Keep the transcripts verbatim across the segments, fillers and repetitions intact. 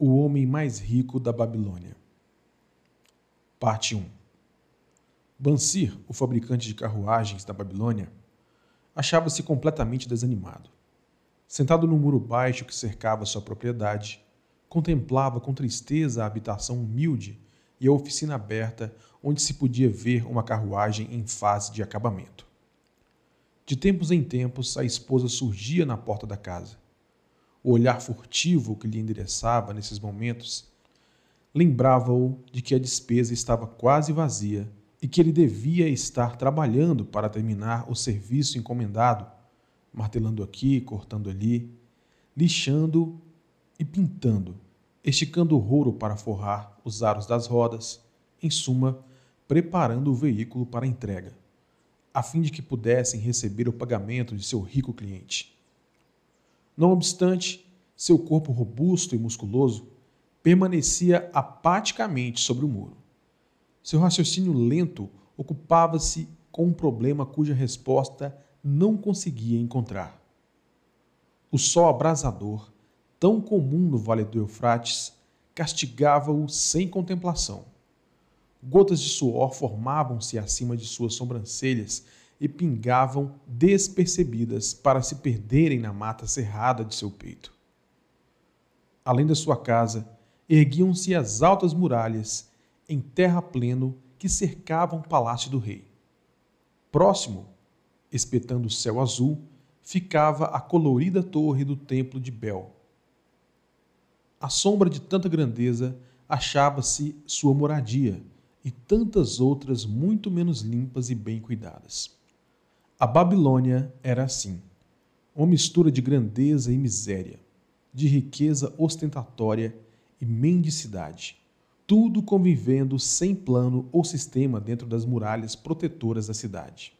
O homem mais rico da Babilônia. Parte um. Bansir, o fabricante de carruagens da Babilônia, achava-se completamente desanimado. Sentado no muro baixo que cercava sua propriedade, contemplava com tristeza a habitação humilde e a oficina aberta onde se podia ver uma carruagem em fase de acabamento. De tempos em tempos, a esposa surgia na porta da casa. O olhar furtivo que lhe endereçava nesses momentos lembrava-o de que a despesa estava quase vazia e que ele devia estar trabalhando para terminar o serviço encomendado, martelando aqui, cortando ali, lixando e pintando, esticando o rouro para forrar os aros das rodas, em suma, preparando o veículo para a entrega, a fim de que pudessem receber o pagamento de seu rico cliente. Não obstante, seu corpo robusto e musculoso permanecia apaticamente sobre o muro. Seu raciocínio lento ocupava-se com um problema cuja resposta não conseguia encontrar. O sol abrasador, tão comum no Vale do Eufrates, castigava-o sem contemplação. Gotas de suor formavam-se acima de suas sobrancelhas e pingavam despercebidas para se perderem na mata cerrada de seu peito. Além da sua casa, erguiam-se as altas muralhas em terrapleno que cercavam o palácio do rei. Próximo, espetando o céu azul, ficava a colorida torre do templo de Bel. À sombra de tanta grandeza achava-se sua moradia e tantas outras muito menos limpas e bem cuidadas. A Babilônia era assim, uma mistura de grandeza e miséria, de riqueza ostentatória e mendicidade, tudo convivendo sem plano ou sistema dentro das muralhas protetoras da cidade.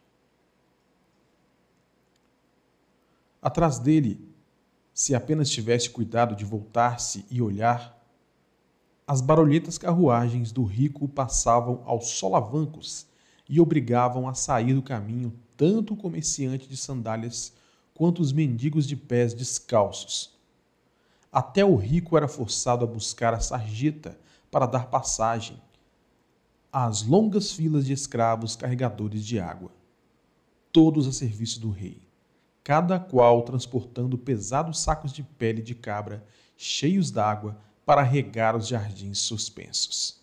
Atrás dele, se apenas tivesse cuidado de voltar-se e olhar, as barulhentas carruagens do rico passavam aos solavancos e obrigavam a sair do caminho tanto o comerciante de sandálias quanto os mendigos de pés descalços. Até o rico era forçado a buscar a sarjeta para dar passagem às longas filas de escravos carregadores de água, todos a serviço do rei, cada qual transportando pesados sacos de pele de cabra cheios d'água para regar os jardins suspensos.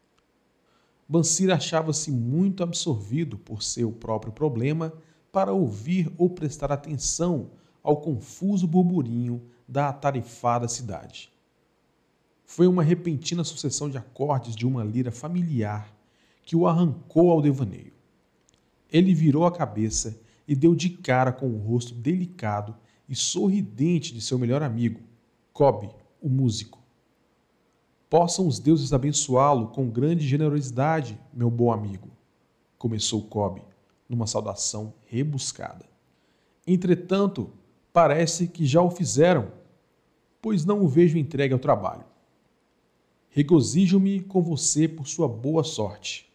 Bansir achava-se muito absorvido por seu próprio problema para ouvir ou prestar atenção ao confuso burburinho da atarefada cidade. Foi uma repentina sucessão de acordes de uma lira familiar que o arrancou ao devaneio. Ele virou a cabeça e deu de cara com o rosto delicado e sorridente de seu melhor amigo, Cobb, o músico. Possam os deuses abençoá-lo com grande generosidade, meu bom amigo, começou Cobb, numa saudação rebuscada. Entretanto, parece que já o fizeram, pois não o vejo entregue ao trabalho. Regozijo-me com você por sua boa sorte,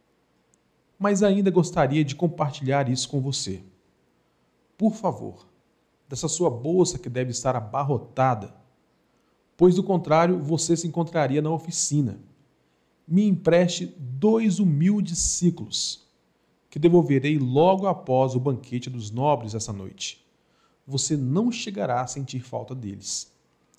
mas ainda gostaria de compartilhar isso com você. Por favor, dessa sua bolsa que deve estar abarrotada, pois do contrário você se encontraria na oficina. Me empreste dois humildes ciclos, que devolverei logo após o banquete dos nobres essa noite. Você não chegará a sentir falta deles.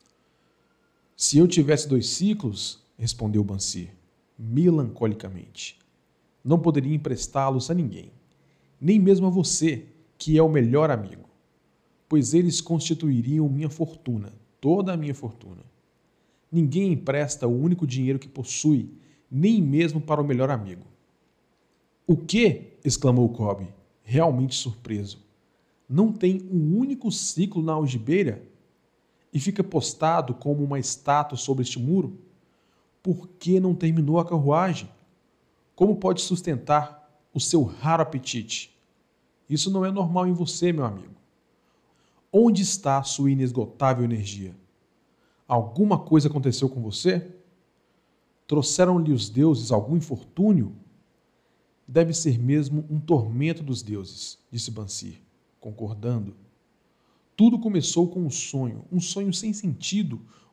Se eu tivesse dois ciclos, respondeu Bansir, melancolicamente, não poderia emprestá-los a ninguém, nem mesmo a você, que é o melhor amigo, pois eles constituiriam minha fortuna, toda a minha fortuna. Ninguém empresta o único dinheiro que possui, nem mesmo para o melhor amigo. O quê? Exclamou Cobb, realmente surpreso. Não tem um único ciclo na algibeira? E fica postado como uma estátua sobre este muro? Por que não terminou a carruagem? Como pode sustentar o seu raro apetite? Isso não é normal em você, meu amigo. Onde está a sua inesgotável energia? Alguma coisa aconteceu com você? Trouxeram-lhe os deuses algum infortúnio? Deve ser mesmo um tormento dos deuses, disse Bansir, concordando. Tudo começou com um sonho, um sonho sem sentido,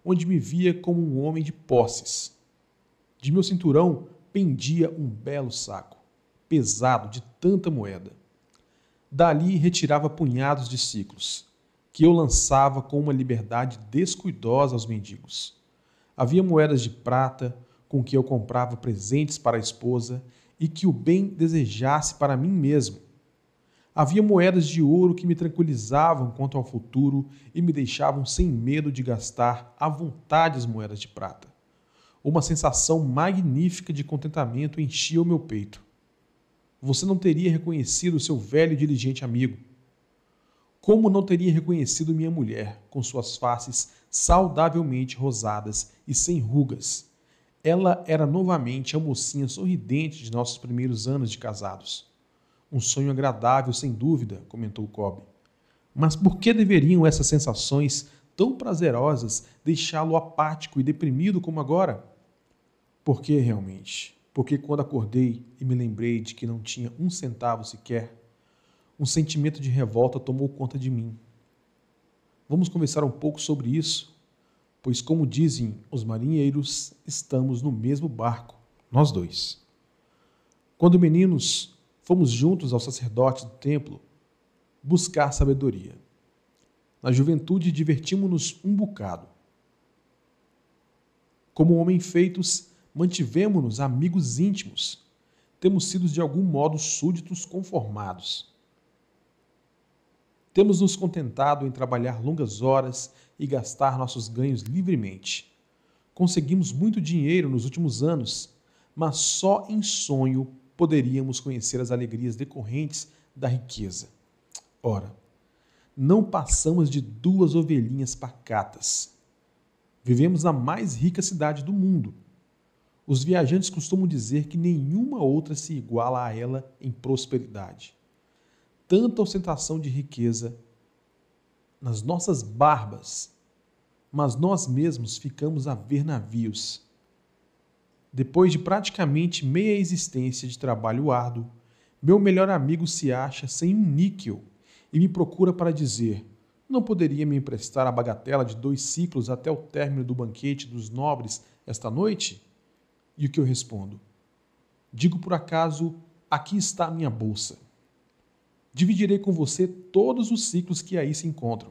onde me via como um homem de posses. De meu cinturão pendia um belo saco, pesado de tanta moeda. Dali retirava punhados de siclos, que eu lançava com uma liberdade descuidosa aos mendigos. Havia moedas de prata, com que eu comprava presentes para a esposa e que o bem desejasse para mim mesmo. Havia moedas de ouro que me tranquilizavam quanto ao futuro e me deixavam sem medo de gastar à vontade as moedas de prata. Uma sensação magnífica de contentamento enchia o meu peito. Você não teria reconhecido seu velho e diligente amigo. Como não teria reconhecido minha mulher, com suas faces saudavelmente rosadas e sem rugas? Ela era novamente a mocinha sorridente de nossos primeiros anos de casados. Um sonho agradável, sem dúvida, comentou Cobb. Mas por que deveriam essas sensações tão prazerosas deixá-lo apático e deprimido como agora? Por que realmente? Porque quando acordei e me lembrei de que não tinha um centavo sequer, um sentimento de revolta tomou conta de mim. Vamos conversar um pouco sobre isso, pois, como dizem os marinheiros, estamos no mesmo barco, nós dois. Quando meninos, fomos juntos ao sacerdote do templo buscar sabedoria. Na juventude, divertimos-nos um bocado. Como homens feitos, mantivemos-nos amigos íntimos. Temos sido, de algum modo, súditos conformados. Temos nos contentado em trabalhar longas horas e gastar nossos ganhos livremente. Conseguimos muito dinheiro nos últimos anos, mas só em sonho poderíamos conhecer as alegrias decorrentes da riqueza. Ora, não passamos de duas ovelhinhas pacatas. Vivemos na mais rica cidade do mundo. Os viajantes costumam dizer que nenhuma outra se iguala a ela em prosperidade. Tanta ostentação de riqueza nas nossas barbas, mas nós mesmos ficamos a ver navios. Depois de praticamente meia existência de trabalho árduo, meu melhor amigo se acha sem um níquel e me procura para dizer: não poderia me emprestar a bagatela de dois ciclos até o término do banquete dos nobres esta noite? E o que eu respondo? Digo por acaso, aqui está a minha bolsa. Dividirei com você todos os ciclos que aí se encontram.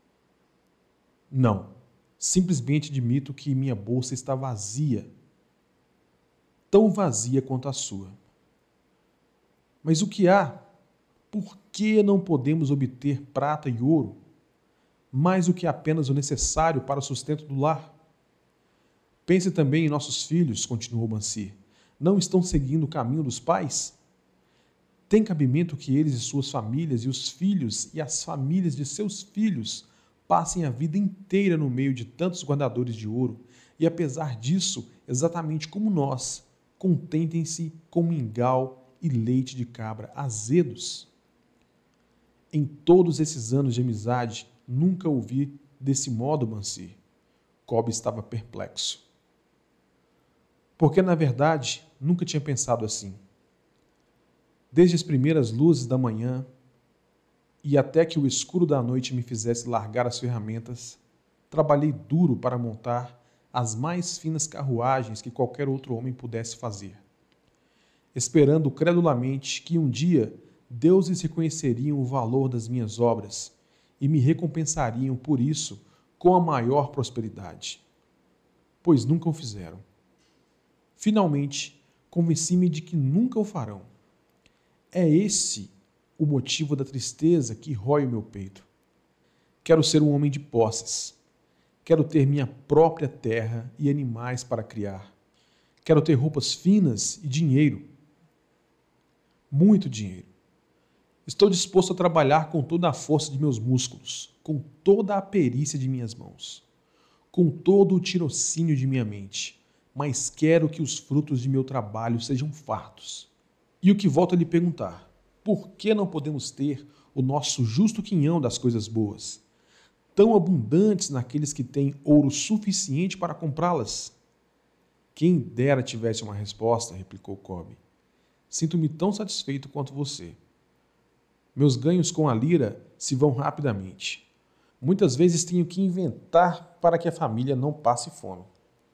Não, simplesmente admito que minha bolsa está vazia, tão vazia quanto a sua. Mas o que há? Por que não podemos obter prata e ouro, mais do que apenas o necessário para o sustento do lar? Pense também em nossos filhos, continuou Bansir. Não estão seguindo o caminho dos pais? Tem cabimento que eles e suas famílias e os filhos e as famílias de seus filhos passem a vida inteira no meio de tantos guardadores de ouro e, apesar disso, exatamente como nós, contentem-se com mingau e leite de cabra azedos? Em todos esses anos de amizade, nunca ouvi desse modo, Bansir. Cobb estava perplexo. Porque, na verdade, nunca tinha pensado assim. Desde as primeiras luzes da manhã e até que o escuro da noite me fizesse largar as ferramentas, trabalhei duro para montar as mais finas carruagens que qualquer outro homem pudesse fazer, esperando credulamente que um dia deuses reconheceriam o valor das minhas obras e me recompensariam por isso com a maior prosperidade. Pois nunca o fizeram. Finalmente, convenci-me de que nunca o farão. É esse o motivo da tristeza que rói o meu peito. Quero ser um homem de posses. Quero ter minha própria terra e animais para criar. Quero ter roupas finas e dinheiro. Muito dinheiro. Estou disposto a trabalhar com toda a força de meus músculos, com toda a perícia de minhas mãos, com todo o tirocínio de minha mente, mas quero que os frutos de meu trabalho sejam fartos. E o que volto a lhe perguntar, por que não podemos ter o nosso justo quinhão das coisas boas, tão abundantes naqueles que têm ouro suficiente para comprá-las? Quem dera tivesse uma resposta, replicou Cobb. Sinto-me tão satisfeito quanto você. Meus ganhos com a lira se vão rapidamente. Muitas vezes tenho que inventar para que a família não passe fome.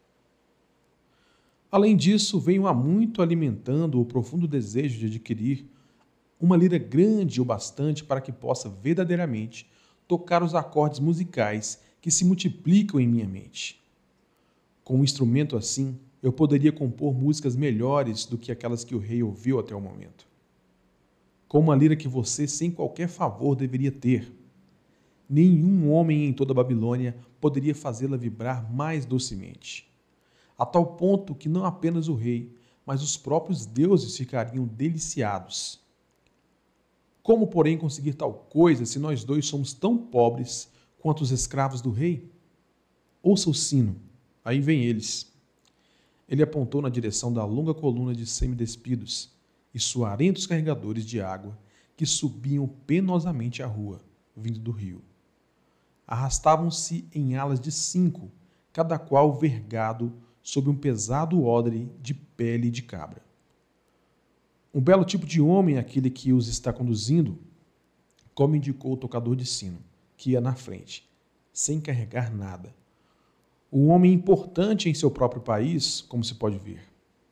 Além disso, venho há muito alimentando o profundo desejo de adquirir uma lira grande o bastante para que possa verdadeiramente tocar os acordes musicais que se multiplicam em minha mente. Com um instrumento assim, eu poderia compor músicas melhores do que aquelas que o rei ouviu até o momento. Com uma lira que você, sem qualquer favor, deveria ter. Nenhum homem em toda a Babilônia poderia fazê-la vibrar mais docemente. A tal ponto que não apenas o rei, mas os próprios deuses ficariam deliciados. Como, porém, conseguir tal coisa se nós dois somos tão pobres quanto os escravos do rei? Ouça o sino, aí vem eles. Ele apontou na direção da longa coluna de semidespidos e suarentos carregadores de água que subiam penosamente a rua, vindo do rio. Arrastavam-se em alas de cinco, cada qual vergado sob um pesado odre de pele de cabra. Um belo tipo de homem aquele que os está conduzindo, como indicou o tocador de sino, que ia na frente, sem carregar nada. Um homem importante em seu próprio país, como se pode ver.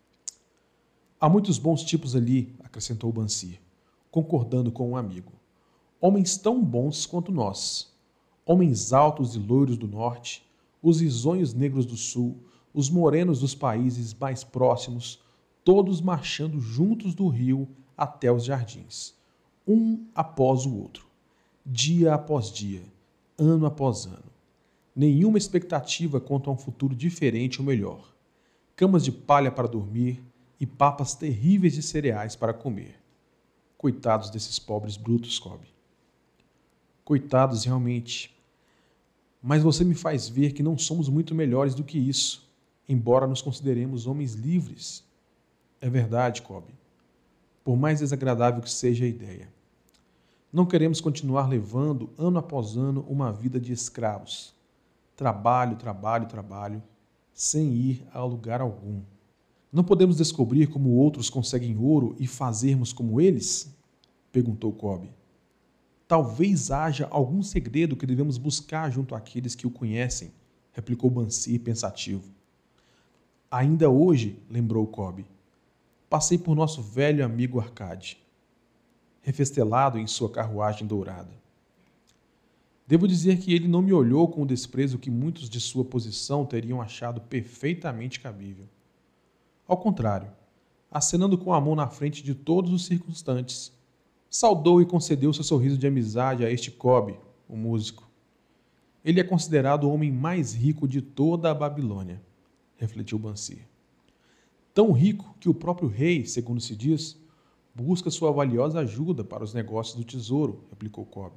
Há muitos bons tipos ali, acrescentou Bansir, concordando com um amigo. Homens tão bons quanto nós. Homens altos e loiros do norte, os risonhos negros do sul, os morenos dos países mais próximos, todos marchando juntos do rio até os jardins, um após o outro, dia após dia, ano após ano. Nenhuma expectativa quanto a um futuro diferente ou melhor. Camas de palha para dormir e papas terríveis de cereais para comer. Coitados desses pobres brutos, Cobb. Coitados, realmente. Mas você me faz ver que não somos muito melhores do que isso, embora nos consideremos homens livres. É verdade, Cobb. Por mais desagradável que seja a ideia. Não queremos continuar levando, ano após ano, uma vida de escravos. Trabalho, trabalho, trabalho, sem ir a lugar algum. Não podemos descobrir como outros conseguem ouro e fazermos como eles? Perguntou Cobb. Talvez haja algum segredo que devemos buscar junto àqueles que o conhecem, replicou Bansir pensativo. Ainda hoje, lembrou Cobb, passei por nosso velho amigo Arcade, refestelado em sua carruagem dourada. Devo dizer que ele não me olhou com o desprezo que muitos de sua posição teriam achado perfeitamente cabível. Ao contrário, acenando com a mão na frente de todos os circunstantes, saudou e concedeu seu sorriso de amizade a este Cobb, o músico. Ele é considerado o homem mais rico de toda a Babilônia, refletiu Bansir. Tão rico que o próprio rei, segundo se diz, busca sua valiosa ajuda para os negócios do tesouro, replicou Cobb.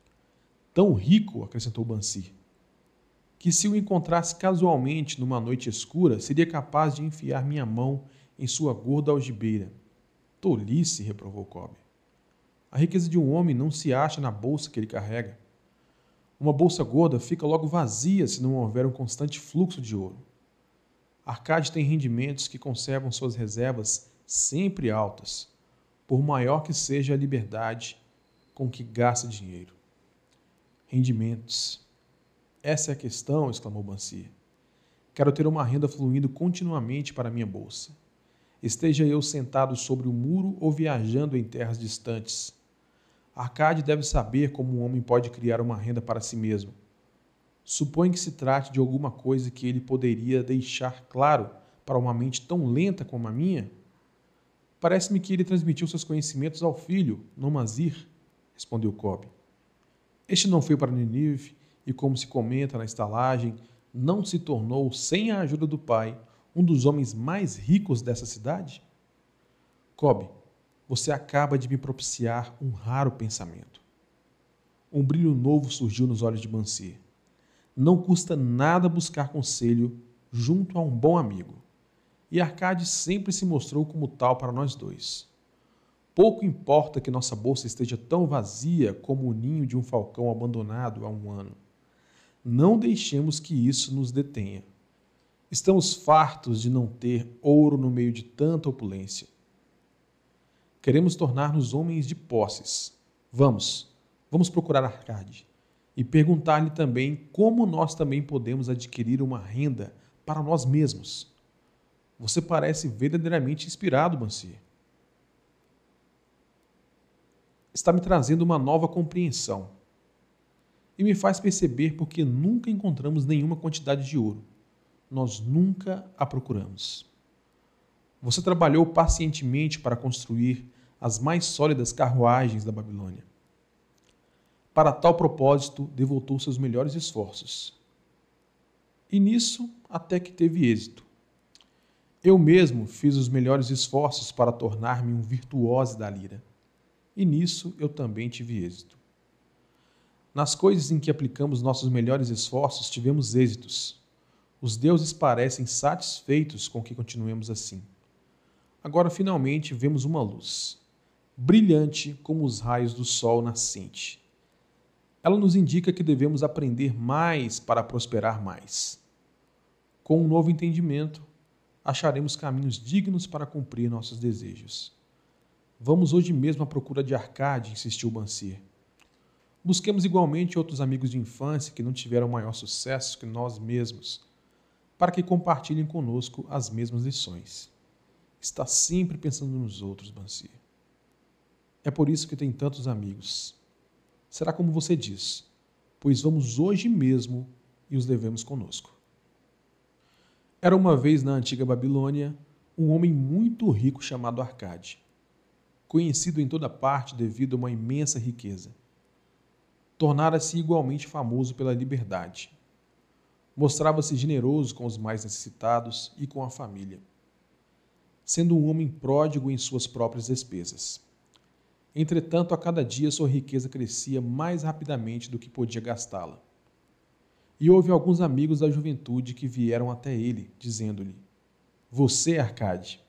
Tão rico, acrescentou Bansir, que se o encontrasse casualmente numa noite escura, seria capaz de enfiar minha mão em sua gorda algibeira. Tolice, reprovou Cobb. A riqueza de um homem não se acha na bolsa que ele carrega. Uma bolsa gorda fica logo vazia se não houver um constante fluxo de ouro. Arcade tem rendimentos que conservam suas reservas sempre altas, por maior que seja a liberdade com que gasta dinheiro. Rendimentos. Essa é a questão, exclamou Bansir. Quero ter uma renda fluindo continuamente para minha bolsa. Esteja eu sentado sobre o muro ou viajando em terras distantes. Arcade deve saber como um homem pode criar uma renda para si mesmo. Supõe que se trate de alguma coisa que ele poderia deixar claro para uma mente tão lenta como a minha? Parece-me que ele transmitiu seus conhecimentos ao filho, Nomazir, respondeu Cobb. Este não foi para Nínive e, como se comenta na estalagem, não se tornou, sem a ajuda do pai, um dos homens mais ricos dessa cidade? Cobb, você acaba de me propiciar um raro pensamento. Um brilho novo surgiu nos olhos de Bansir. Não custa nada buscar conselho junto a um bom amigo. E Arcade sempre se mostrou como tal para nós dois. Pouco importa que nossa bolsa esteja tão vazia como o ninho de um falcão abandonado há um ano. Não deixemos que isso nos detenha. Estamos fartos de não ter ouro no meio de tanta opulência. Queremos tornar-nos homens de posses. Vamos, vamos procurar Arcade. e perguntar-lhe também como nós também podemos adquirir uma renda para nós mesmos. Você parece verdadeiramente inspirado, Bansir. Está me trazendo uma nova compreensão e me faz perceber porque nunca encontramos nenhuma quantidade de ouro. Nós nunca a procuramos. Você trabalhou pacientemente para construir as mais sólidas carruagens da Babilônia. Para tal propósito, devotou seus melhores esforços. E nisso até que teve êxito. Eu mesmo fiz os melhores esforços para tornar-me um virtuoso da lira. E nisso eu também tive êxito. Nas coisas em que aplicamos nossos melhores esforços, tivemos êxitos. Os deuses parecem satisfeitos com que continuemos assim. Agora, finalmente, vemos uma luz, brilhante como os raios do sol nascente. Ela nos indica que devemos aprender mais para prosperar mais. Com um novo entendimento, acharemos caminhos dignos para cumprir nossos desejos. Vamos hoje mesmo à procura de Arcade, insistiu Bansir. Busquemos igualmente outros amigos de infância que não tiveram maior sucesso que nós mesmos, para que compartilhem conosco as mesmas lições. Está sempre pensando nos outros, Bansir. É por isso que tem tantos amigos. Será como você diz, pois vamos hoje mesmo e os levemos conosco. Era uma vez na antiga Babilônia um homem muito rico chamado Arcade, conhecido em toda parte devido a uma imensa riqueza. Tornara-se igualmente famoso pela liberdade. Mostrava-se generoso com os mais necessitados e com a família, sendo um homem pródigo em suas próprias despesas. Entretanto, a cada dia sua riqueza crescia mais rapidamente do que podia gastá-la. E houve alguns amigos da juventude que vieram até ele, dizendo-lhe: Você, Arcade,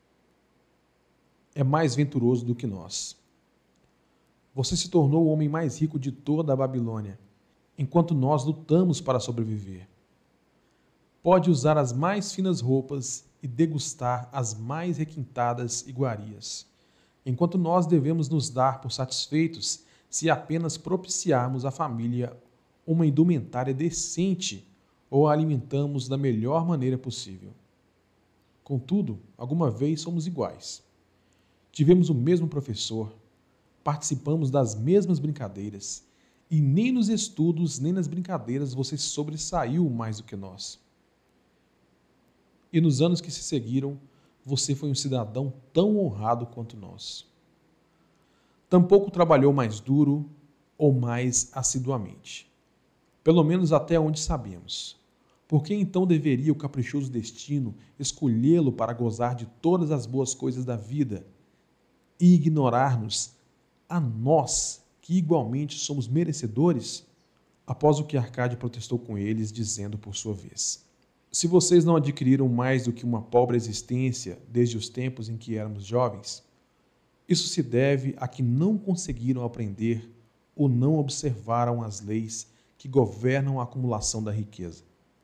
é mais venturoso do que nós. Você se tornou o homem mais rico de toda a Babilônia, enquanto nós lutamos para sobreviver. Pode usar as mais finas roupas e degustar as mais requintadas iguarias, enquanto nós devemos nos dar por satisfeitos se apenas propiciarmos à família uma indumentária decente ou a alimentamos da melhor maneira possível. Contudo, alguma vez somos iguais. Tivemos o mesmo professor, participamos das mesmas brincadeiras, e nem nos estudos nem nas brincadeiras você sobressaiu mais do que nós. E nos anos que se seguiram, você foi um cidadão tão honrado quanto nós. Tampouco trabalhou mais duro ou mais assiduamente. Pelo menos até onde sabemos. Por que então deveria o caprichoso destino escolhê-lo para gozar de todas as boas coisas da vida e ignorar-nos a nós, que igualmente somos merecedores? Após o que Arcade protestou com eles, dizendo por sua vez: Se vocês não adquiriram mais do que uma pobre existência desde os tempos em que éramos jovens, isso se deve a que não conseguiram aprender ou não observaram as leis que governam a acumulação da riqueza.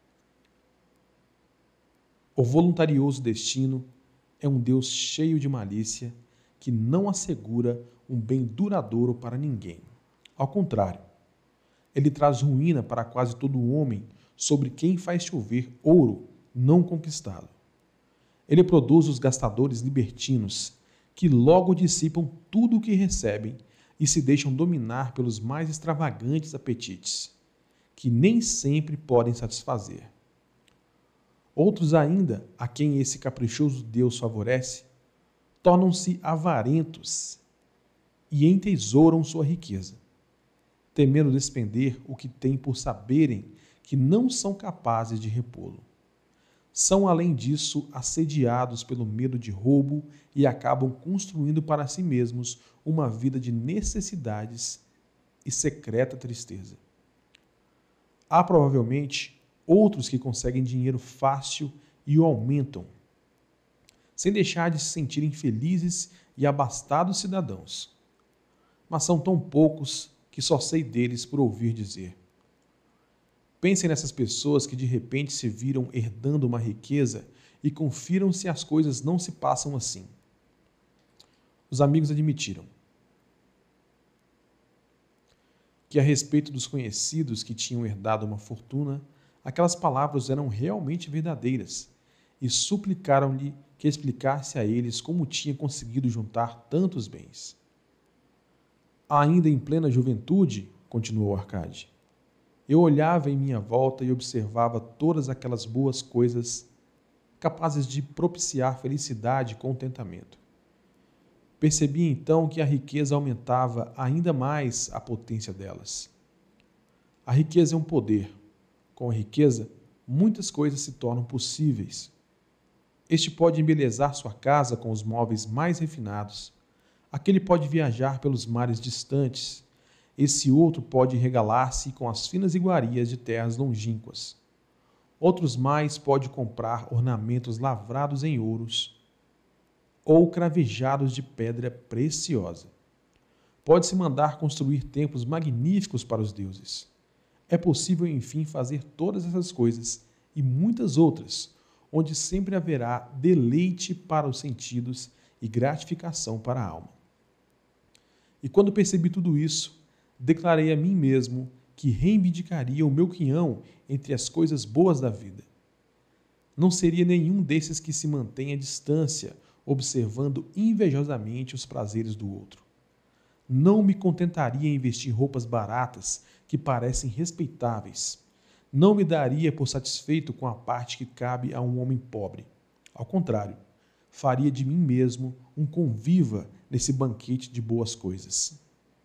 O voluntarioso destino é um Deus cheio de malícia que não assegura um bem duradouro para ninguém. Ao contrário, ele traz ruína para quase todo homem sobre quem faz chover ouro não conquistado. Ele produz os gastadores libertinos que logo dissipam tudo o que recebem e se deixam dominar pelos mais extravagantes apetites, que nem sempre podem satisfazer. Outros ainda, a quem esse caprichoso Deus favorece, tornam-se avarentos e entesouram sua riqueza, temendo despender o que têm por saberem que não são capazes de repô-lo. São, além disso, assediados pelo medo de roubo e acabam construindo para si mesmos uma vida de necessidades e secreta tristeza. Há provavelmente outros que conseguem dinheiro fácil e o aumentam, sem deixar de se sentirem felizes e abastados cidadãos. Mas são tão poucos que só sei deles por ouvir dizer. Pensem nessas pessoas que de repente se viram herdando uma riqueza e confiram se as coisas não se passam assim. Os amigos admitiram. que a respeito dos conhecidos que tinham herdado uma fortuna, aquelas palavras eram realmente verdadeiras, e suplicaram-lhe que explicasse a eles como tinha conseguido juntar tantos bens. Ainda em plena juventude, continuou Arcade, eu olhava em minha volta e observava todas aquelas boas coisas capazes de propiciar felicidade e contentamento. Percebi então que a riqueza aumentava ainda mais a potência delas. A riqueza é um poder. Com a riqueza, muitas coisas se tornam possíveis. Este pode embelezar sua casa com os móveis mais refinados. Aquele pode viajar pelos mares distantes. Esse outro pode regalar-se com as finas iguarias de terras longínquas. Outros mais pode comprar ornamentos lavrados em ouros ou cravejados de pedra preciosa. Pode-se mandar construir templos magníficos para os deuses. É possível, enfim, fazer todas essas coisas e muitas outras, onde sempre haverá deleite para os sentidos e gratificação para a alma. E quando percebi tudo isso, declarei a mim mesmo que reivindicaria o meu quinhão entre as coisas boas da vida. Não seria nenhum desses que se mantém à distância, observando invejosamente os prazeres do outro. Não me contentaria em vestir roupas baratas que parecem respeitáveis. Não me daria por satisfeito com a parte que cabe a um homem pobre. Ao contrário, faria de mim mesmo um conviva nesse banquete de boas coisas.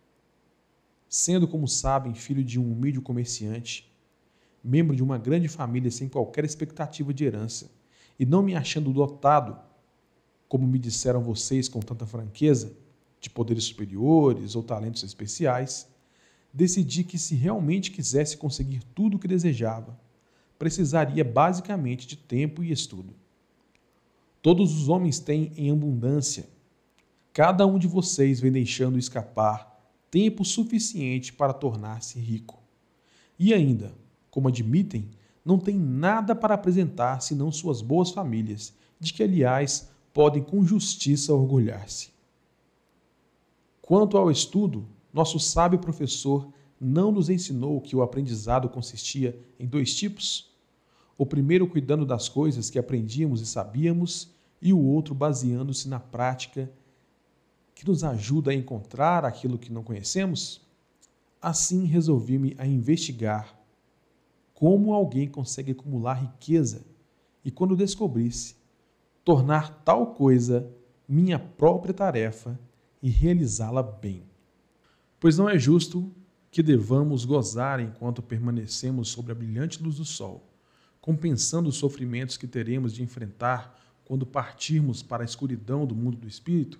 Sendo, como sabem, filho de um humilde comerciante, membro de uma grande família sem qualquer expectativa de herança, e não me achando dotado, como me disseram vocês com tanta franqueza, de poderes superiores ou talentos especiais, decidi que se realmente quisesse conseguir tudo o que desejava, precisaria basicamente de tempo e estudo. Todos os homens têm em abundância. Cada um de vocês vem deixando escapar tempo suficiente para tornar-se rico. E ainda, como admitem, não tem nada para apresentar senão suas boas famílias, de que, aliás, podem com justiça orgulhar-se. Quanto ao estudo, nosso sábio professor não nos ensinou que o aprendizado consistia em dois tipos? O primeiro cuidando das coisas que aprendíamos e sabíamos, e o outro baseando-se na prática que nos ajuda a encontrar aquilo que não conhecemos? Assim resolvi-me a investigar como alguém consegue acumular riqueza e, quando descobrisse, tornar tal coisa minha própria tarefa e realizá-la bem. Pois não é justo que devamos gozar enquanto permanecemos sob a brilhante luz do sol, compensando os sofrimentos que teremos de enfrentar quando partirmos para a escuridão do mundo do espírito?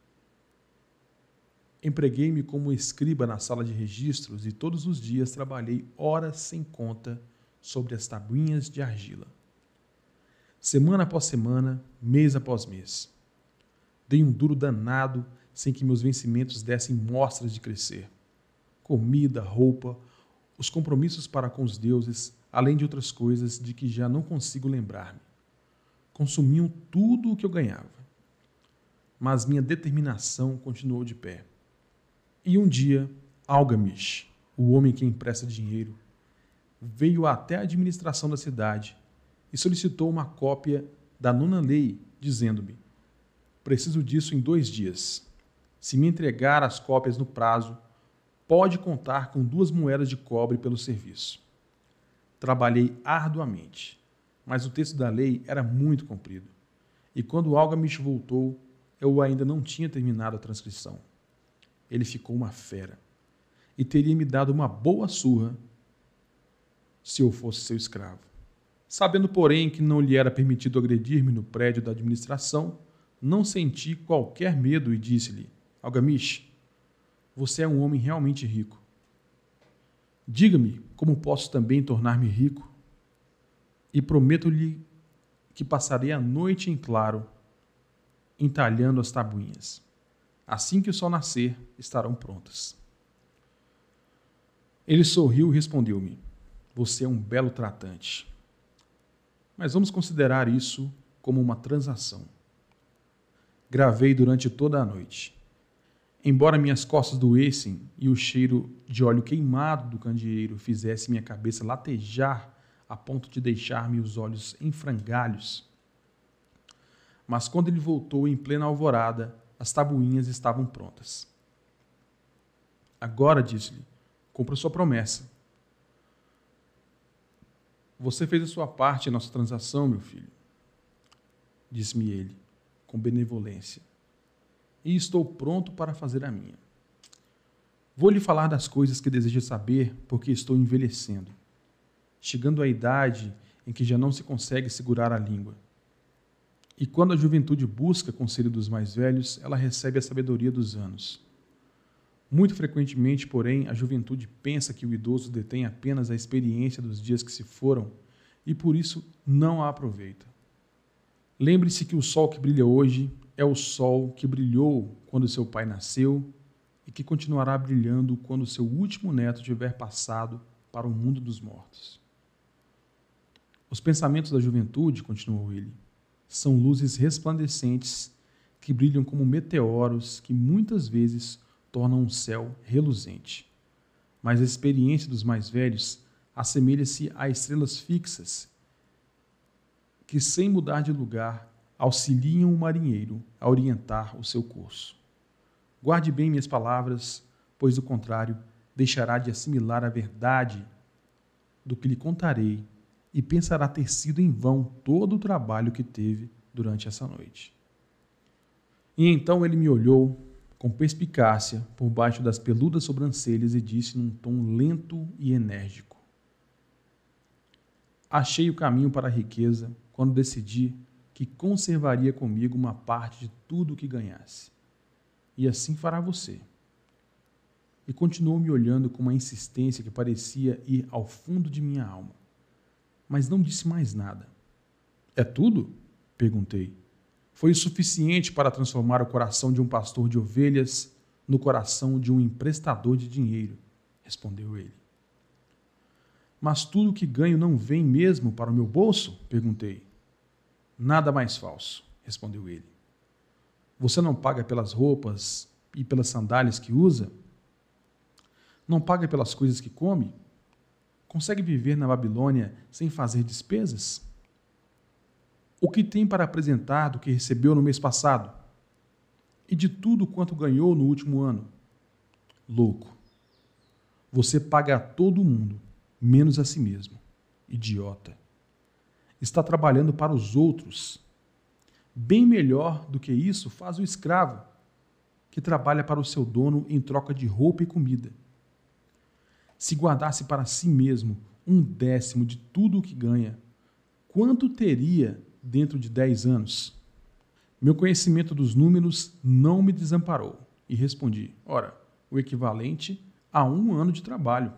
Empreguei-me como escriba na sala de registros e todos os dias trabalhei horas sem conta sobre as tabuinhas de argila. Semana após semana, mês após mês. Dei um duro danado sem que meus vencimentos dessem mostras de crescer. Comida, roupa, os compromissos para com os deuses, além de outras coisas de que já não consigo lembrar-me. Consumiam tudo o que eu ganhava. Mas minha determinação continuou de pé. E um dia, Algamish, o homem que empresta dinheiro, veio até a administração da cidade e solicitou uma cópia da nona lei, dizendo-me: preciso disso em dois dias. Se me entregar as cópias no prazo, pode contar com duas moedas de cobre pelo serviço. Trabalhei arduamente, mas o texto da lei era muito comprido, e quando Algamish voltou, eu ainda não tinha terminado a transcrição. Ele ficou uma fera, e teria me dado uma boa surra se eu fosse seu escravo. Sabendo, porém, que não lhe era permitido agredir-me no prédio da administração, não senti qualquer medo e disse-lhe: Algamish, você é um homem realmente rico. Diga-me como posso também tornar-me rico, e prometo-lhe que passarei a noite em claro, entalhando as tabuinhas. Assim que o sol nascer, estarão prontas. Ele sorriu e respondeu-me: você é um belo tratante. Mas vamos considerar isso como uma transação. Gravei durante toda a noite. Embora minhas costas doessem e o cheiro de óleo queimado do candeeiro fizesse minha cabeça latejar a ponto de deixar-me os olhos em frangalhos. Mas quando ele voltou em plena alvorada, as tabuinhas estavam prontas. Agora, disse-lhe, cumpra sua promessa. Você fez a sua parte em nossa transação, meu filho, disse-me ele, com benevolência, e estou pronto para fazer a minha. Vou lhe falar das coisas que deseja saber, porque estou envelhecendo, chegando à idade em que já não se consegue segurar a língua. E quando a juventude busca conselho dos mais velhos, ela recebe a sabedoria dos anos. Muito frequentemente, porém, a juventude pensa que o idoso detém apenas a experiência dos dias que se foram e, por isso, não a aproveita. Lembre-se que o sol que brilha hoje é o sol que brilhou quando seu pai nasceu e que continuará brilhando quando seu último neto tiver passado para o mundo dos mortos. Os pensamentos da juventude, continuou ele, são luzes resplandecentes que brilham como meteoros que muitas vezes tornam um céu reluzente. Mas a experiência dos mais velhos assemelha-se a estrelas fixas que, sem mudar de lugar, auxiliam o marinheiro a orientar o seu curso. Guarde bem minhas palavras, pois, do contrário, deixará de assimilar a verdade do que lhe contarei e pensará ter sido em vão todo o trabalho que teve durante essa noite. E então ele me olhou com perspicácia por baixo das peludas sobrancelhas e disse num tom lento e enérgico: achei o caminho para a riqueza quando decidi que conservaria comigo uma parte de tudo o que ganhasse. E assim fará você. E continuou me olhando com uma insistência que parecia ir ao fundo de minha alma. Mas não disse mais nada. É tudo? Perguntei. Foi o suficiente para transformar o coração de um pastor de ovelhas no coração de um emprestador de dinheiro, respondeu ele. Mas tudo o que ganho não vem mesmo para o meu bolso? Perguntei. Nada mais falso, respondeu ele. Você não paga pelas roupas e pelas sandálias que usa? Não paga pelas coisas que come? Consegue viver na Babilônia sem fazer despesas? O que tem para apresentar do que recebeu no mês passado? E de tudo quanto ganhou no último ano? Louco. Você paga a todo mundo, menos a si mesmo. Idiota. Está trabalhando para os outros. Bem melhor do que isso faz o escravo, que trabalha para o seu dono em troca de roupa e comida. Se guardasse para si mesmo um décimo de tudo o que ganha, quanto teria dentro de dez anos? Meu conhecimento dos números não me desamparou e respondi, ora, o equivalente a um ano de trabalho.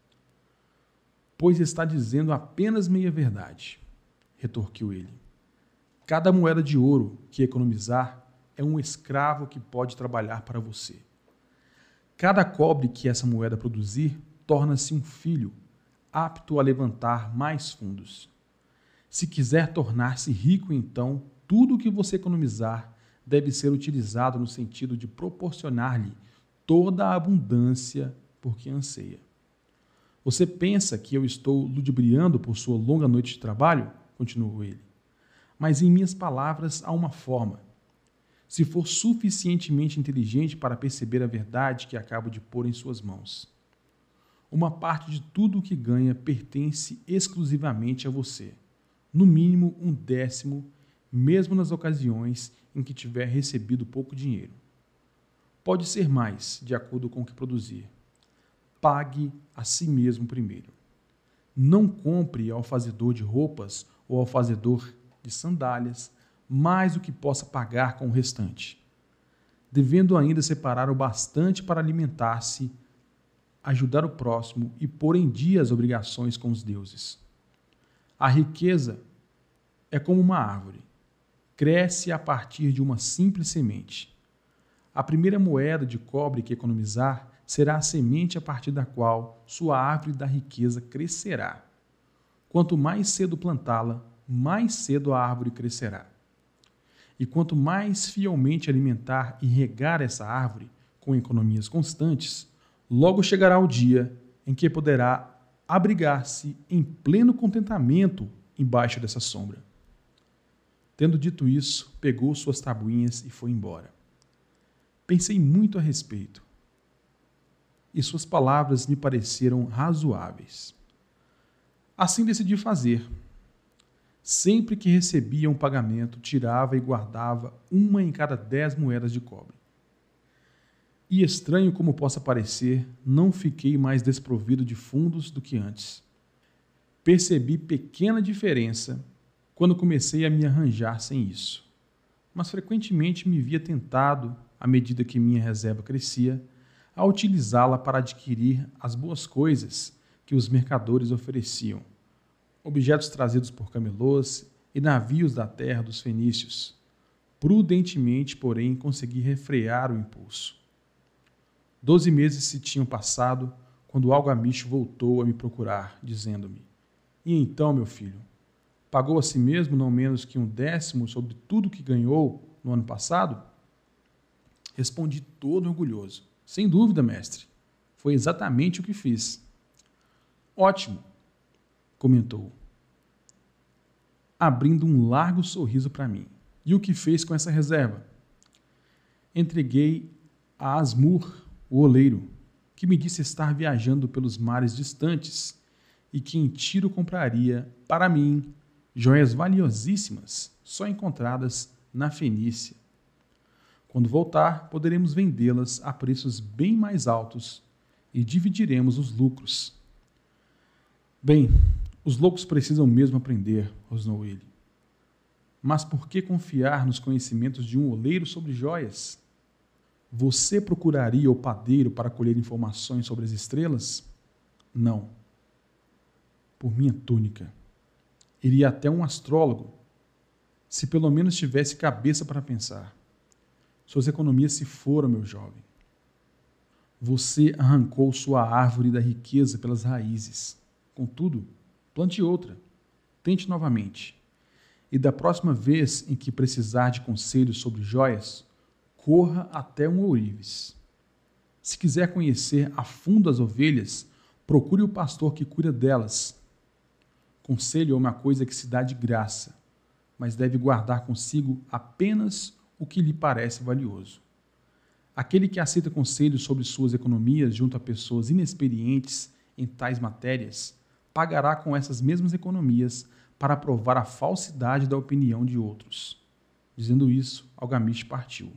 Pois está dizendo apenas meia verdade, retorquiu ele. Cada moeda de ouro que economizar é um escravo que pode trabalhar para você. Cada cobre que essa moeda produzir torna-se um filho, apto a levantar mais fundos. Se quiser tornar-se rico, então, tudo o que você economizar deve ser utilizado no sentido de proporcionar-lhe toda a abundância por que anseia. Você pensa que eu estou ludibriando por sua longa noite de trabalho? Continuou ele. Mas em minhas palavras há uma forma. Se for suficientemente inteligente para perceber a verdade que acabo de pôr em suas mãos. Uma parte de tudo o que ganha pertence exclusivamente a você. No mínimo um décimo, mesmo nas ocasiões em que tiver recebido pouco dinheiro. Pode ser mais, de acordo com o que produzir. Pague a si mesmo primeiro. Não compre ao fazedor de roupas ou ao fazedor de sandálias mais do que possa pagar com o restante, devendo ainda separar o bastante para alimentar-se, ajudar o próximo e pôr em dia as obrigações com os deuses. A riqueza é como uma árvore. Cresce a partir de uma simples semente. A primeira moeda de cobre que economizar será a semente a partir da qual sua árvore da riqueza crescerá. Quanto mais cedo plantá-la, mais cedo a árvore crescerá. E quanto mais fielmente alimentar e regar essa árvore, com economias constantes, logo chegará o dia em que poderá abrigar-se em pleno contentamento embaixo dessa sombra. Tendo dito isso, pegou suas tabuinhas e foi embora. Pensei muito a respeito, e suas palavras me pareceram razoáveis. Assim decidi fazer. Sempre que recebia um pagamento, tirava e guardava uma em cada dez moedas de cobre. E estranho como possa parecer, não fiquei mais desprovido de fundos do que antes. Percebi pequena diferença quando comecei a me arranjar sem isso, mas frequentemente me via tentado, à medida que minha reserva crescia, a utilizá-la para adquirir as boas coisas que os mercadores ofereciam, objetos trazidos por camelôs e navios da terra dos fenícios. Prudentemente, porém, consegui refrear o impulso. Doze meses se tinham passado quando o algamicho voltou a me procurar, dizendo-me: "E então, meu filho, pagou a si mesmo não menos que um décimo sobre tudo que ganhou no ano passado?" Respondi todo orgulhoso: "Sem dúvida, mestre. Foi exatamente o que fiz." "Ótimo," comentou, abrindo um largo sorriso para mim. "E o que fez com essa reserva?" Entreguei a Asmur, o oleiro, que me disse estar viajando pelos mares distantes e que em Tiro compraria, para mim, joias valiosíssimas, só encontradas na Fenícia. Quando voltar, poderemos vendê-las a preços bem mais altos e dividiremos os lucros. "Bem, os loucos precisam mesmo aprender," rosnou ele. "Mas por que confiar nos conhecimentos de um oleiro sobre joias? Você procuraria o padeiro para colher informações sobre as estrelas?" "Não." "Por minha túnica. Iria até um astrólogo, se pelo menos tivesse cabeça para pensar. Suas economias se foram, meu jovem. Você arrancou sua árvore da riqueza pelas raízes. Contudo, plante outra. Tente novamente. E da próxima vez em que precisar de conselhos sobre joias, corra até um ourives. Se quiser conhecer a fundo as ovelhas, procure o pastor que cuida delas. Conselho é uma coisa que se dá de graça, mas deve guardar consigo apenas o que lhe parece valioso. Aquele que aceita conselhos sobre suas economias junto a pessoas inexperientes em tais matérias, pagará com essas mesmas economias para provar a falsidade da opinião de outros." Dizendo isso, Algamish partiu.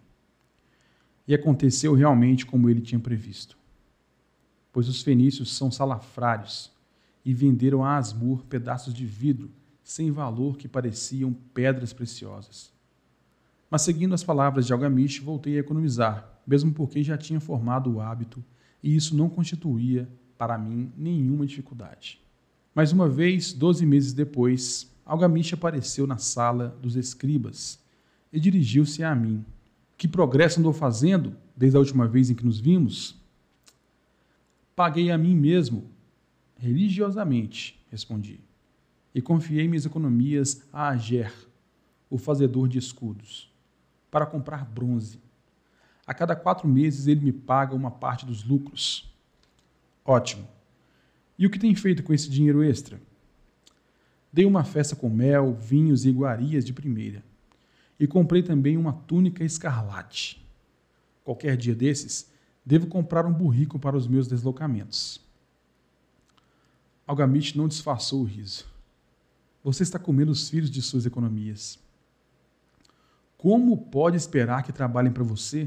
E aconteceu realmente como ele tinha previsto, pois os fenícios são salafrários e venderam a Asmur pedaços de vidro sem valor que pareciam pedras preciosas. Mas seguindo as palavras de Algamish, voltei a economizar, mesmo porque já tinha formado o hábito e isso não constituía, para mim, nenhuma dificuldade. Mais uma vez, doze meses depois, Algamish apareceu na sala dos escribas e dirigiu-se a mim. "Que progresso andou fazendo desde a última vez em que nos vimos?" "Paguei a mim mesmo, religiosamente," respondi, "e confiei minhas economias a Ager, o fazedor de escudos, para comprar bronze. A cada quatro meses ele me paga uma parte dos lucros." "Ótimo. E o que tem feito com esse dinheiro extra?" "Dei uma festa com mel, vinhos e iguarias de primeira. E comprei também uma túnica escarlate. Qualquer dia desses, devo comprar um burrico para os meus deslocamentos." Algamish não disfarçou o riso. "Você está comendo os filhos de suas economias. Como pode esperar que trabalhem para você?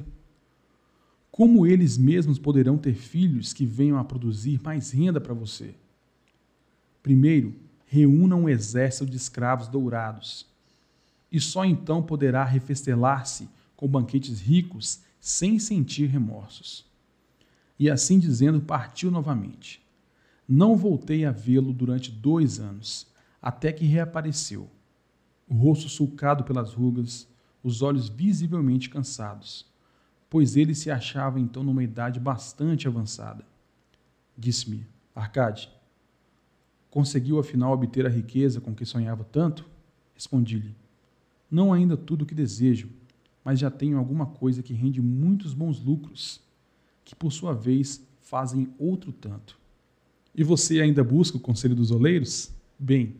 Como eles mesmos poderão ter filhos que venham a produzir mais renda para você? Primeiro, reúna um exército de escravos dourados, e só então poderá refestelar-se com banquetes ricos sem sentir remorsos." E assim dizendo, partiu novamente. Não voltei a vê-lo durante dois anos, até que reapareceu, o rosto sulcado pelas rugas, os olhos visivelmente cansados, pois ele se achava então numa idade bastante avançada. Disse-me: "Arcade, conseguiu afinal obter a riqueza com que sonhava tanto?" Respondi-lhe: "Não ainda tudo o que desejo, mas já tenho alguma coisa que rende muitos bons lucros. que por sua vez fazem outro tanto. E você ainda busca o conselho dos oleiros? Bem,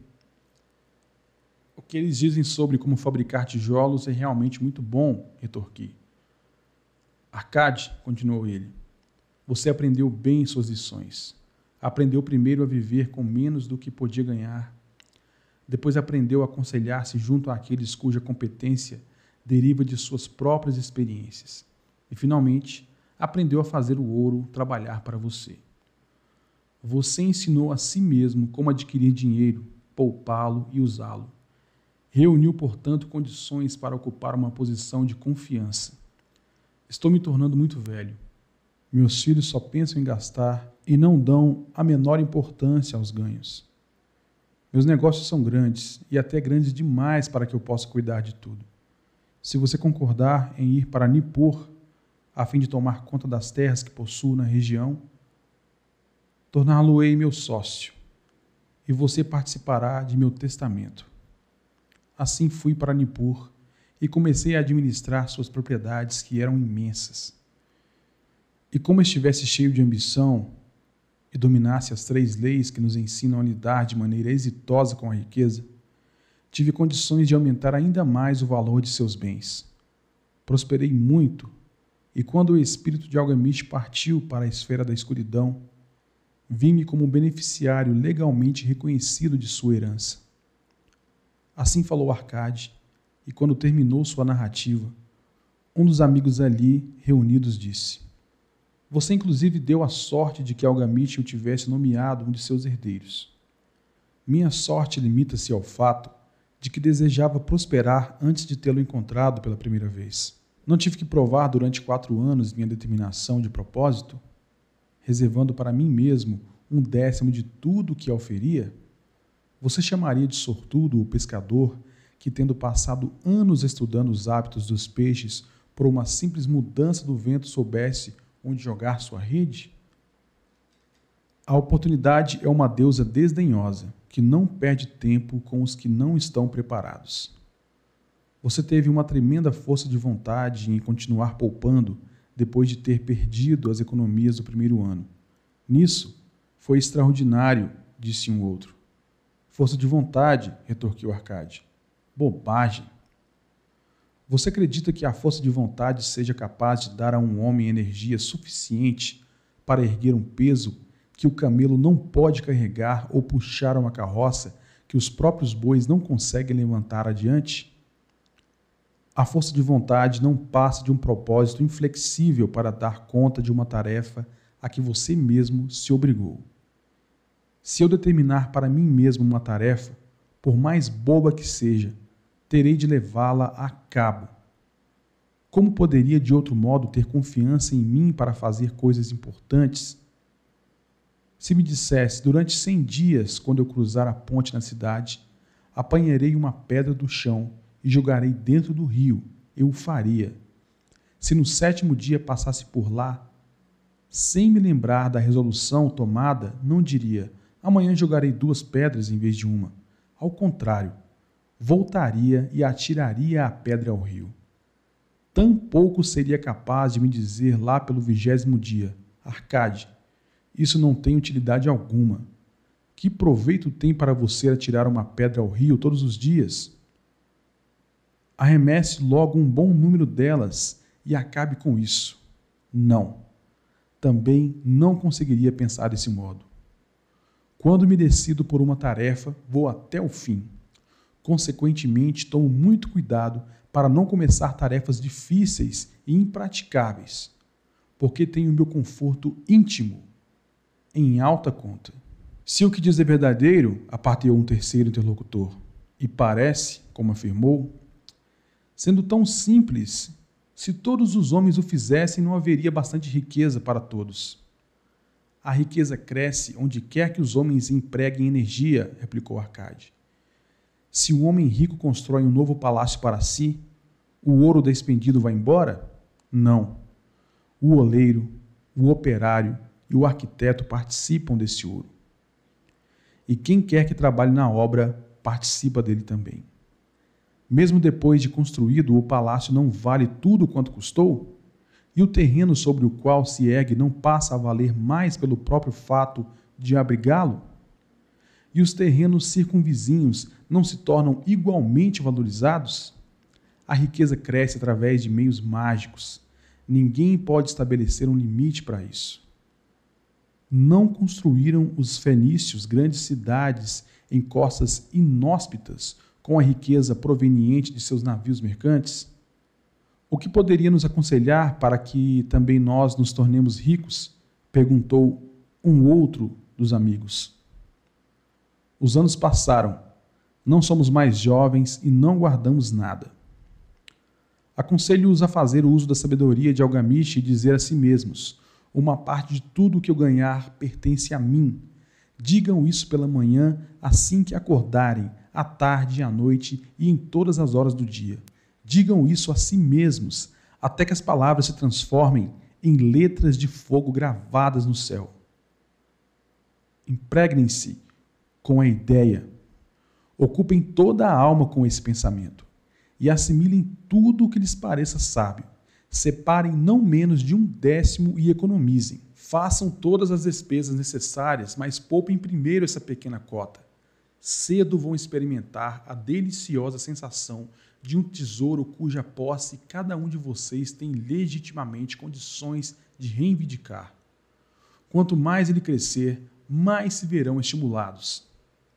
o que eles dizem sobre como fabricar tijolos é realmente muito bom, retorqui. Arcade, continuou ele, você aprendeu bem suas lições. Aprendeu primeiro a viver com menos do que podia ganhar. Depois aprendeu a aconselhar-se junto àqueles cuja competência deriva de suas próprias experiências. E, finalmente, aprendeu a fazer o ouro trabalhar para você. Você ensinou a si mesmo como adquirir dinheiro, poupá-lo e usá-lo. Reuniu, portanto, condições para ocupar uma posição de confiança. Estou me tornando muito velho. Meus filhos só pensam em gastar e não dão a menor importância aos ganhos. Meus negócios são grandes e até grandes demais para que eu possa cuidar de tudo. Se você concordar em ir para Nippur, a fim de tomar conta das terras que possuo na região, torná-lo-ei meu sócio, e você participará de meu testamento. Assim fui para Nippur e comecei a administrar suas propriedades, que eram imensas. E como estivesse cheio de ambição e dominasse as três leis que nos ensinam a lidar de maneira exitosa com a riqueza, tive condições de aumentar ainda mais o valor de seus bens. Prosperei muito, e quando o espírito de Algamish partiu para a esfera da escuridão, vi-me como um beneficiário legalmente reconhecido de sua herança. Assim falou Arcade, e quando terminou sua narrativa, um dos amigos ali reunidos disse: você inclusive deu a sorte de que Algamish o tivesse nomeado um de seus herdeiros. Minha sorte limita-se ao fato de que desejava prosperar antes de tê-lo encontrado pela primeira vez. Não tive que provar durante quatro anos minha determinação de propósito, reservando para mim mesmo um décimo de tudo o que oferia? Você chamaria de sortudo o pescador que, tendo passado anos estudando os hábitos dos peixes, por uma simples mudança do vento soubesse onde jogar sua rede? A oportunidade é uma deusa desdenhosa, que não perde tempo com os que não estão preparados. Você teve uma tremenda força de vontade em continuar poupando depois de ter perdido as economias do primeiro ano. Nisso, foi extraordinário, disse um outro. Força de vontade, retorquiu Arcade. Bobagem. Você acredita que a força de vontade seja capaz de dar a um homem energia suficiente para erguer um peso que o camelo não pode carregar ou puxar uma carroça que os próprios bois não conseguem levantar adiante? A força de vontade não passa de um propósito inflexível para dar conta de uma tarefa a que você mesmo se obrigou. Se eu determinar para mim mesmo uma tarefa, por mais boba que seja, terei de levá-la a cabo. Como poderia de outro modo ter confiança em mim para fazer coisas importantes? Se me dissesse, durante cem dias, quando eu cruzar a ponte na cidade, apanharei uma pedra do chão e jogarei dentro do rio, eu o faria. Se no sétimo dia passasse por lá, sem me lembrar da resolução tomada, não diria, amanhã jogarei duas pedras em vez de uma. Ao contrário, voltaria e atiraria a pedra ao rio. Tampouco seria capaz de me dizer lá pelo vigésimo dia, Arcade, isso não tem utilidade alguma. Que proveito tem para você atirar uma pedra ao rio todos os dias? Arremesse logo um bom número delas e acabe com isso. Não. Também não conseguiria pensar desse modo. Quando me decido por uma tarefa, vou até o fim. Consequentemente, tomo muito cuidado para não começar tarefas difíceis e impraticáveis, porque tenho meu conforto íntimo em alta conta. Se o que diz é verdadeiro, aparteou um terceiro interlocutor, e parece, como afirmou, sendo tão simples, se todos os homens o fizessem, não haveria bastante riqueza para todos. A riqueza cresce onde quer que os homens empreguem energia, replicou Arcade. Se o homem rico constrói um novo palácio para si, o ouro despendido vai embora? Não. O oleiro, o operário e o arquiteto participam desse ouro. E quem quer que trabalhe na obra, participa dele também. Mesmo depois de construído, o palácio não vale tudo quanto custou? E o terreno sobre o qual se ergue não passa a valer mais pelo próprio fato de abrigá-lo? E os terrenos circunvizinhos não se tornam igualmente valorizados? A riqueza cresce através de meios mágicos. Ninguém pode estabelecer um limite para isso. Não construíram os fenícios grandes cidades em costas inóspitas com a riqueza proveniente de seus navios mercantes? O que poderia nos aconselhar para que também nós nos tornemos ricos? Perguntou um outro dos amigos. Os anos passaram, não somos mais jovens e não guardamos nada. Aconselho-os a fazer uso da sabedoria de Algamish e dizer a si mesmos: uma parte de tudo que eu ganhar pertence a mim. Digam isso pela manhã, assim que acordarem, à tarde e à noite e em todas as horas do dia. Digam isso a si mesmos, até que as palavras se transformem em letras de fogo gravadas no céu. Impregnem-se com a ideia. Ocupem toda a alma com esse pensamento e assimilem tudo o que lhes pareça sábio. Separem não menos de um décimo e economizem. Façam todas as despesas necessárias, mas poupem primeiro essa pequena cota. Cedo vão experimentar a deliciosa sensação de um tesouro cuja posse cada um de vocês tem legitimamente condições de reivindicar. Quanto mais ele crescer, mais se verão estimulados.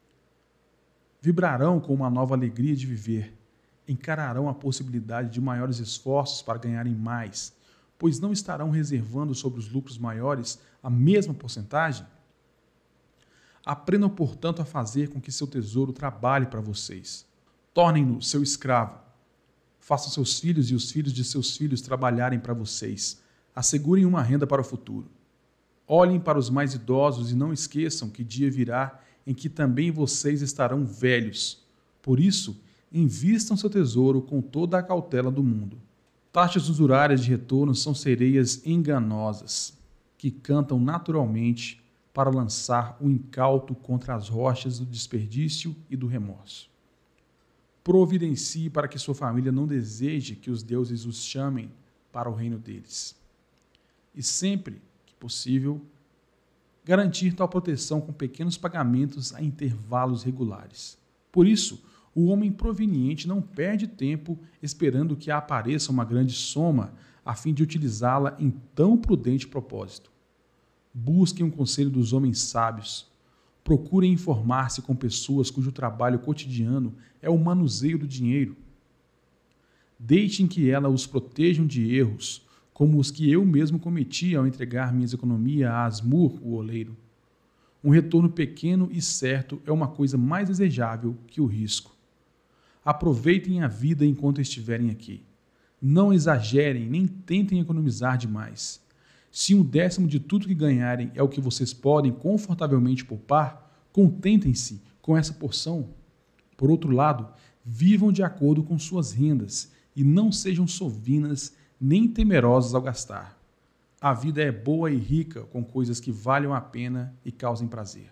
Vibrarão com uma nova alegria de viver. Encararão a possibilidade de maiores esforços para ganharem mais, pois não estarão reservando sobre os lucros maiores a mesma porcentagem? Aprendam, portanto, a fazer com que seu tesouro trabalhe para vocês. Tornem-no seu escravo. Façam seus filhos e os filhos de seus filhos trabalharem para vocês. Assegurem uma renda para o futuro. Olhem para os mais idosos e não esqueçam que dia virá em que também vocês estarão velhos. Por isso, invistam seu tesouro com toda a cautela do mundo. Taxas usurárias de retorno são sereias enganosas, que cantam naturalmente para lançar o incauto contra as rochas do desperdício e do remorso. Providencie para que sua família não deseje que os deuses os chamem para o reino deles. E sempre que possível, garantir tal proteção com pequenos pagamentos a intervalos regulares. Por isso, o homem proveniente não perde tempo esperando que apareça uma grande soma a fim de utilizá-la em tão prudente propósito. Busquem um conselho dos homens sábios. Procurem informar-se com pessoas cujo trabalho cotidiano é o manuseio do dinheiro. Deixem que elas os protejam de erros, como os que eu mesmo cometi ao entregar minhas economias a Asmur, o oleiro. Um retorno pequeno e certo é uma coisa mais desejável que o risco. Aproveitem a vida enquanto estiverem aqui. Não exagerem nem tentem economizar demais. Se um décimo de tudo que ganharem é o que vocês podem confortavelmente poupar, contentem-se com essa porção. Por outro lado, vivam de acordo com suas rendas e não sejam sovinas nem temerosos ao gastar. A vida é boa e rica com coisas que valham a pena e causem prazer.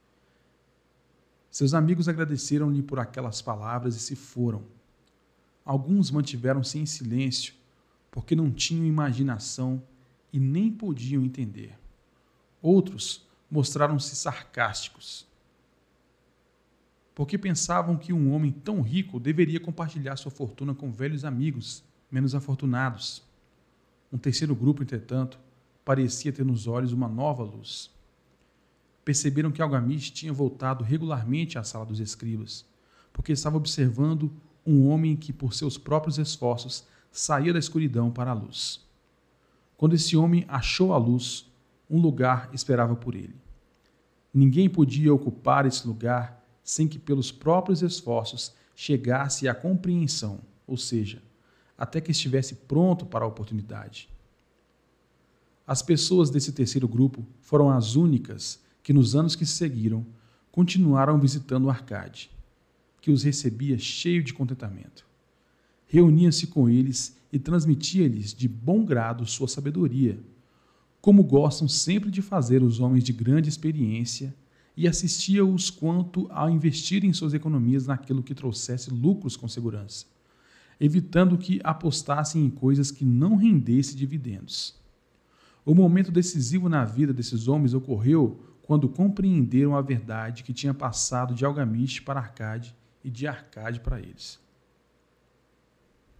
Seus amigos agradeceram-lhe por aquelas palavras e se foram. Alguns mantiveram-se em silêncio, porque não tinham imaginação e nem podiam entender. Outros mostraram-se sarcásticos, porque pensavam que um homem tão rico deveria compartilhar sua fortuna com velhos amigos menos afortunados. Um terceiro grupo, entretanto, parecia ter nos olhos uma nova luz. Perceberam que Algamish tinha voltado regularmente à sala dos escribas, porque estava observando um homem que, por seus próprios esforços, saía da escuridão para a luz. Quando esse homem achou a luz, um lugar esperava por ele. Ninguém podia ocupar esse lugar sem que, pelos próprios esforços, chegasse à compreensão, ou seja, até que estivesse pronto para a oportunidade. As pessoas desse terceiro grupo foram as únicas que, nos anos que se seguiram, continuaram visitando o Arcade, que os recebia cheio de contentamento. Reunia-se com eles e transmitia-lhes de bom grado sua sabedoria, como gostam sempre de fazer os homens de grande experiência, e assistia-os quanto a investirem suas economias naquilo que trouxesse lucros com segurança. evitando que apostassem em coisas que não rendessem dividendos. O momento decisivo na vida desses homens ocorreu quando compreenderam a verdade que tinha passado de Algamish para Arcade e de Arcade para eles.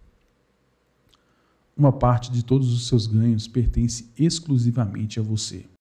Uma parte de todos os seus ganhos pertence exclusivamente a você.